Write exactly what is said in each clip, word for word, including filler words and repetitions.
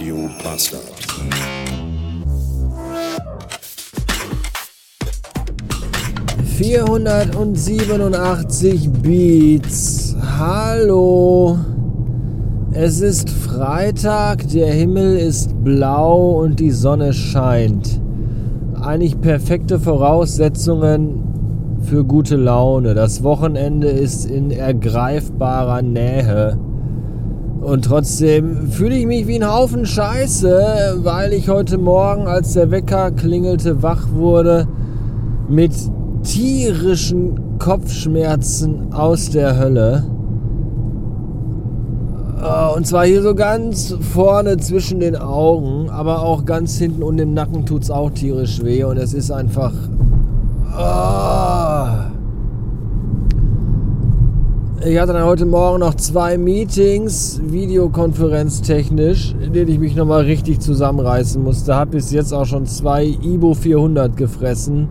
Radio Bastard. vierhundertsiebenundachtzig Beats. Hallo. Es ist Freitag, der Himmel ist blau und die Sonne scheint. Eigentlich perfekte Voraussetzungen für gute Laune. Das Wochenende ist in ergreifbarer Nähe. Und trotzdem fühle ich mich wie ein Haufen Scheiße, weil ich heute Morgen, als der Wecker klingelte, wach wurde mit tierischen Kopfschmerzen aus der Hölle. Und zwar hier so ganz vorne zwischen den Augen, aber auch ganz hinten und im Nacken tut es auch tierisch weh. Und es ist einfach... Oh. Ich hatte dann heute Morgen noch zwei Meetings, videokonferenztechnisch, in denen ich mich nochmal richtig zusammenreißen musste. Habe bis jetzt auch schon zwei Ibo vierhundert gefressen.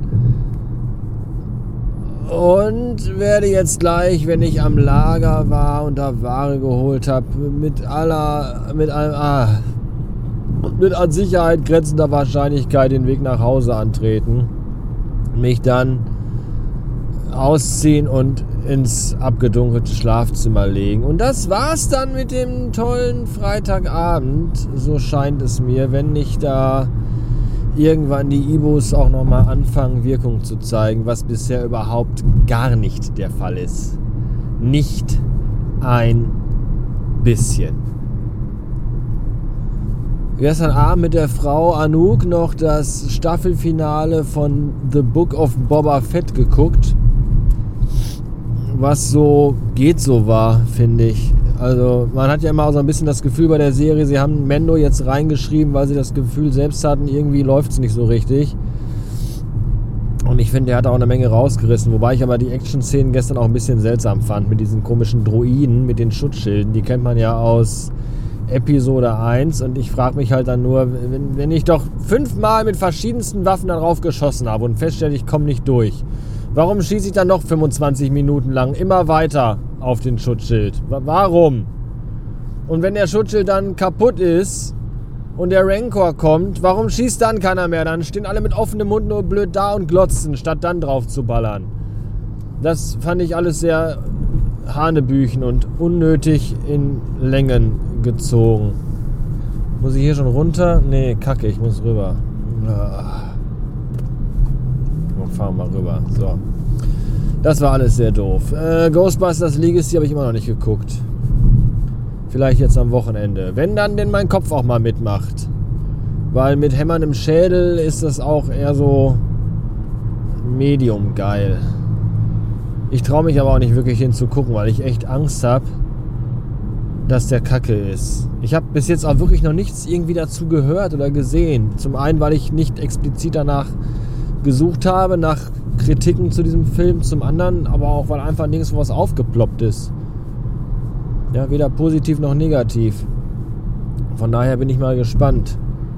Und werde jetzt gleich, wenn ich am Lager war und da Ware geholt habe, mit aller, mit einem, ah, mit an Sicherheit grenzender Wahrscheinlichkeit den Weg nach Hause antreten. Mich dann ausziehen und ins abgedunkelte Schlafzimmer legen. Und das war's dann mit dem tollen Freitagabend, so scheint es mir, wenn nicht da irgendwann die Ibos auch nochmal anfangen, Wirkung zu zeigen, was bisher überhaupt gar nicht der Fall ist. Nicht ein bisschen. Gestern Abend mit der Frau Anouk noch das Staffelfinale von The Book of Boba Fett geguckt. Was so geht so war, finde ich. Also man hat ja immer so ein bisschen das Gefühl bei der Serie, sie haben Mendo jetzt reingeschrieben, weil sie das Gefühl selbst hatten, irgendwie läuft es nicht so richtig. Und ich finde, der hat auch eine Menge rausgerissen. Wobei ich aber die Action-Szenen gestern auch ein bisschen seltsam fand mit diesen komischen Droiden, mit den Schutzschilden. Die kennt man ja aus Episode eins. Und ich frage mich halt dann nur, wenn, wenn ich doch fünfmal mit verschiedensten Waffen darauf geschossen habe und feststelle, ich komme nicht durch. Warum schieße ich dann noch fünfundzwanzig Minuten lang immer weiter auf den Schutzschild? Warum? Und wenn der Schutzschild dann kaputt ist und der Rancor kommt, warum schießt dann keiner mehr? Dann stehen alle mit offenem Mund nur blöd da und glotzen, statt dann drauf zu ballern. Das fand ich alles sehr hanebüchen und unnötig in Längen gezogen. Muss ich hier schon runter? Nee, kacke, ich muss rüber. Fahren wir rüber. So. Das war alles sehr doof. Äh, Ghostbusters Legacy habe ich immer noch nicht geguckt. Vielleicht jetzt am Wochenende. Wenn dann denn mein Kopf auch mal mitmacht. Weil mit hämmerndem Schädel ist das auch eher so medium geil. Ich traue mich aber auch nicht wirklich hinzugucken, weil ich echt Angst habe, dass der Kacke ist. Ich habe bis jetzt auch wirklich noch nichts irgendwie dazu gehört oder gesehen. Zum einen, weil ich nicht explizit danach gesucht habe, nach Kritiken zu diesem Film, zum anderen aber auch, weil einfach nirgendwo was aufgeploppt ist. Ja, weder positiv noch negativ. Von daher bin ich mal gespannt.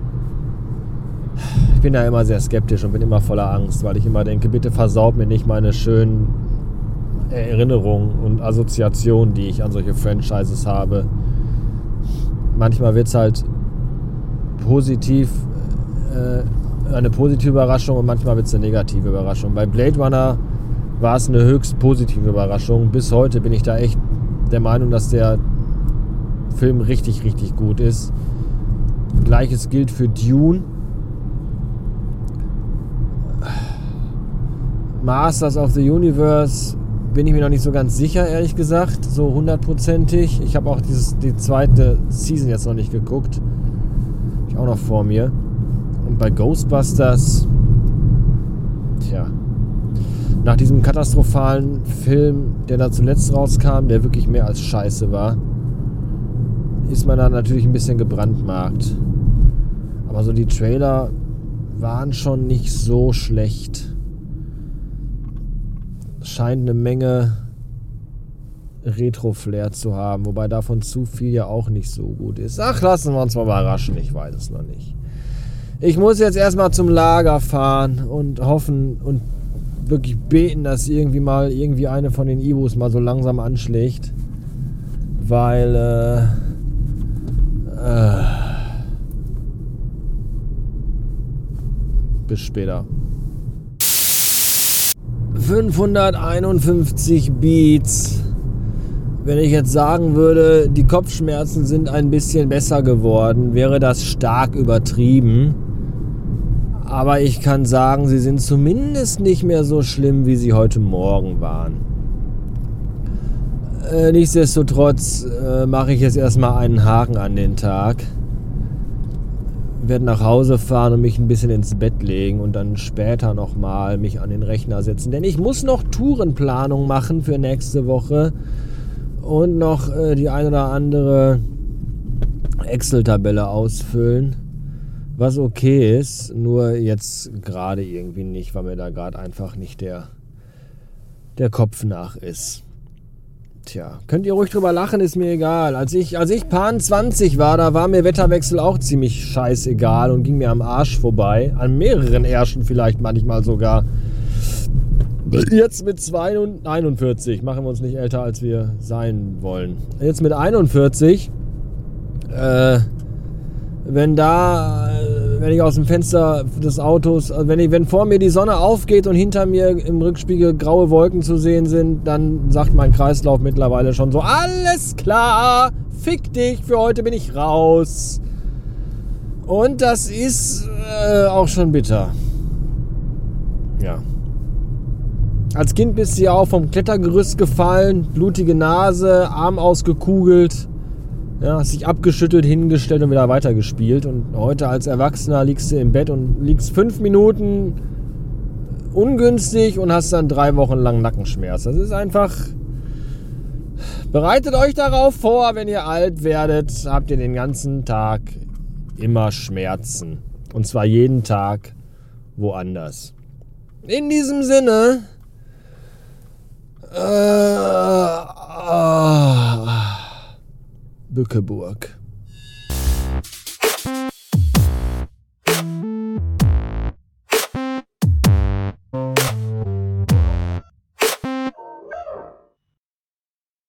Ich bin da immer sehr skeptisch und bin immer voller Angst, weil ich immer denke, bitte versaut mir nicht meine schönen Erinnerungen und Assoziationen, die ich an solche Franchises habe. Manchmal wird es halt positiv äh, eine positive Überraschung und manchmal wird es eine negative Überraschung. Bei Blade Runner war es eine höchst positive Überraschung. Bis heute bin ich da echt der Meinung, dass der Film richtig, richtig gut ist. Gleiches gilt für Dune. Masters of the Universe bin ich mir noch nicht so ganz sicher, ehrlich gesagt. So hundertprozentig. Ich habe auch dieses, die zweite Season jetzt noch nicht geguckt. Habe ich auch noch vor mir. Und bei Ghostbusters, tja, nach diesem katastrophalen Film, der da zuletzt rauskam, der wirklich mehr als scheiße war, ist man da natürlich ein bisschen gebrandmarkt. Aber so die Trailer waren schon nicht so schlecht. Scheint eine Menge Retro-Flair zu haben, wobei davon zu viel ja auch nicht so gut ist. Ach, lassen wir uns mal überraschen, ich weiß es noch nicht. Ich muss jetzt erstmal zum Lager fahren und hoffen und wirklich beten, dass irgendwie mal irgendwie eine von den Ibos mal so langsam anschlägt. Weil, äh, äh, Bis später. fünfhunderteinundfünfzig Beats. Wenn ich jetzt sagen würde, die Kopfschmerzen sind ein bisschen besser geworden, wäre das stark übertrieben. Aber ich kann sagen, sie sind zumindest nicht mehr so schlimm, wie sie heute Morgen waren. Äh, nichtsdestotrotz äh, mache ich jetzt erstmal einen Haken an den Tag. Werde nach Hause fahren und mich ein bisschen ins Bett legen und dann später nochmal mich an den Rechner setzen. Denn ich muss noch Tourenplanung machen für nächste Woche. Und noch äh, die ein oder andere Excel-Tabelle ausfüllen, was okay ist, nur jetzt gerade irgendwie nicht, weil mir da gerade einfach nicht der, der Kopf nach ist. Tja, könnt ihr ruhig drüber lachen, ist mir egal. Als ich, als ich Pan zwanzig war, da war mir Wetterwechsel auch ziemlich scheißegal und ging mir am Arsch vorbei. An mehreren Ärschen vielleicht manchmal sogar. Jetzt mit einundvierzig, machen wir uns nicht älter, als wir sein wollen. Jetzt mit einundvierzig, äh, wenn da, wenn ich aus dem Fenster des Autos, wenn, ich, wenn vor mir die Sonne aufgeht und hinter mir im Rückspiegel graue Wolken zu sehen sind, dann sagt mein Kreislauf mittlerweile schon so, alles klar, fick dich, für heute bin ich raus. Und das ist äh, auch schon bitter. Ja. Als Kind bist du ja auch vom Klettergerüst gefallen, blutige Nase, Arm ausgekugelt, ja, hast dich abgeschüttelt, hingestellt und wieder weitergespielt. Und heute als Erwachsener liegst du im Bett und liegst fünf Minuten ungünstig und hast dann drei Wochen lang Nackenschmerz. Das ist einfach... Bereitet euch darauf vor, wenn ihr alt werdet, habt ihr den ganzen Tag immer Schmerzen. Und zwar jeden Tag woanders. In diesem Sinne... Äh, äh, Bückeburg.